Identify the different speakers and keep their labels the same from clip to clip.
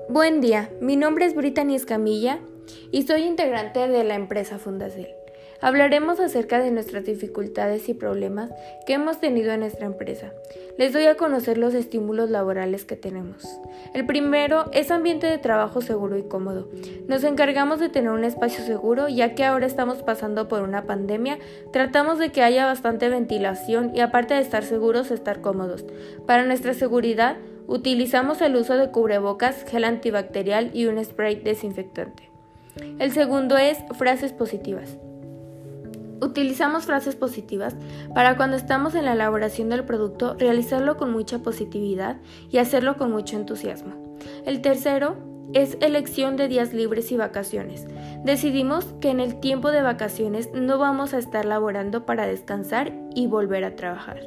Speaker 1: Buen día, mi nombre es Brittany Escamilla y soy integrante de la empresa Fundacel. Hablaremos acerca de nuestras dificultades y problemas que hemos tenido en nuestra empresa. Les doy a conocer los estímulos laborales que tenemos. El primero es ambiente de trabajo seguro y cómodo. Nos encargamos de tener un espacio seguro, ya que ahora estamos pasando por una pandemia. Tratamos de que haya bastante ventilación y, aparte de estar seguros, estar cómodos. Para nuestra seguridad, utilizamos el uso de cubrebocas, gel antibacterial y un spray desinfectante. El segundo es frases positivas. Utilizamos frases positivas para cuando estamos en la elaboración del producto, realizarlo con mucha positividad y hacerlo con mucho entusiasmo. El tercero es elección de días libres y vacaciones. Decidimos que en el tiempo de vacaciones no vamos a estar laborando para descansar y volver a trabajar.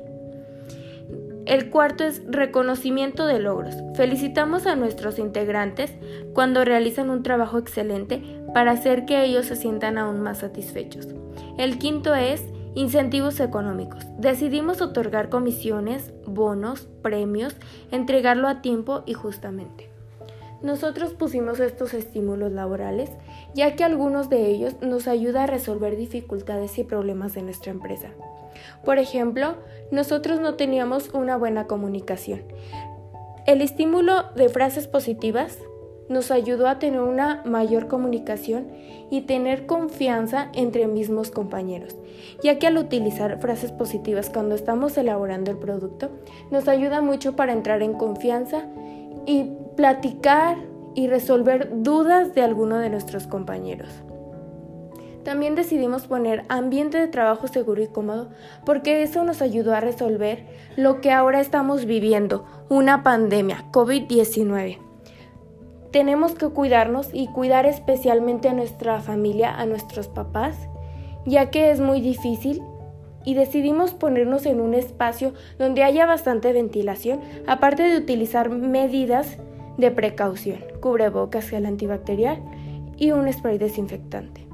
Speaker 1: El cuarto es reconocimiento de logros. Felicitamos a nuestros integrantes cuando realizan un trabajo excelente para hacer que ellos se sientan aún más satisfechos. El quinto es incentivos económicos. Decidimos otorgar comisiones, bonos, premios, entregarlo a tiempo y justamente. Nosotros pusimos estos estímulos laborales, ya que algunos de ellos nos ayudan a resolver dificultades y problemas de nuestra empresa. Por ejemplo, nosotros no teníamos una buena comunicación. El estímulo de frases positivas nos ayudó a tener una mayor comunicación y tener confianza entre mismos compañeros, ya que al utilizar frases positivas cuando estamos elaborando el producto, nos ayuda mucho para entrar en confianza y platicar y resolver dudas de alguno de nuestros compañeros. También decidimos poner ambiente de trabajo seguro y cómodo porque eso nos ayudó a resolver lo que ahora estamos viviendo, una pandemia, COVID-19. Tenemos que cuidarnos y cuidar especialmente a nuestra familia, a nuestros papás, ya que es muy difícil, y decidimos ponernos en un espacio donde haya bastante ventilación, aparte de utilizar medidas de precaución, cubrebocas, gel antibacterial y un spray desinfectante.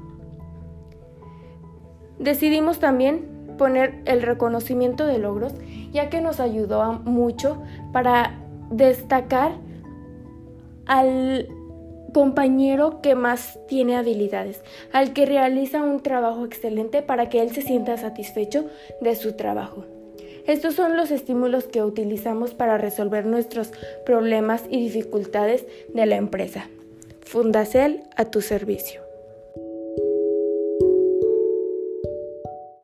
Speaker 1: Decidimos también poner el reconocimiento de logros, ya que nos ayudó mucho para destacar al compañero que más tiene habilidades, al que realiza un trabajo excelente para que él se sienta satisfecho de su trabajo. Estos son los estímulos que utilizamos para resolver nuestros problemas y dificultades de la empresa. Fundacel, a tu servicio.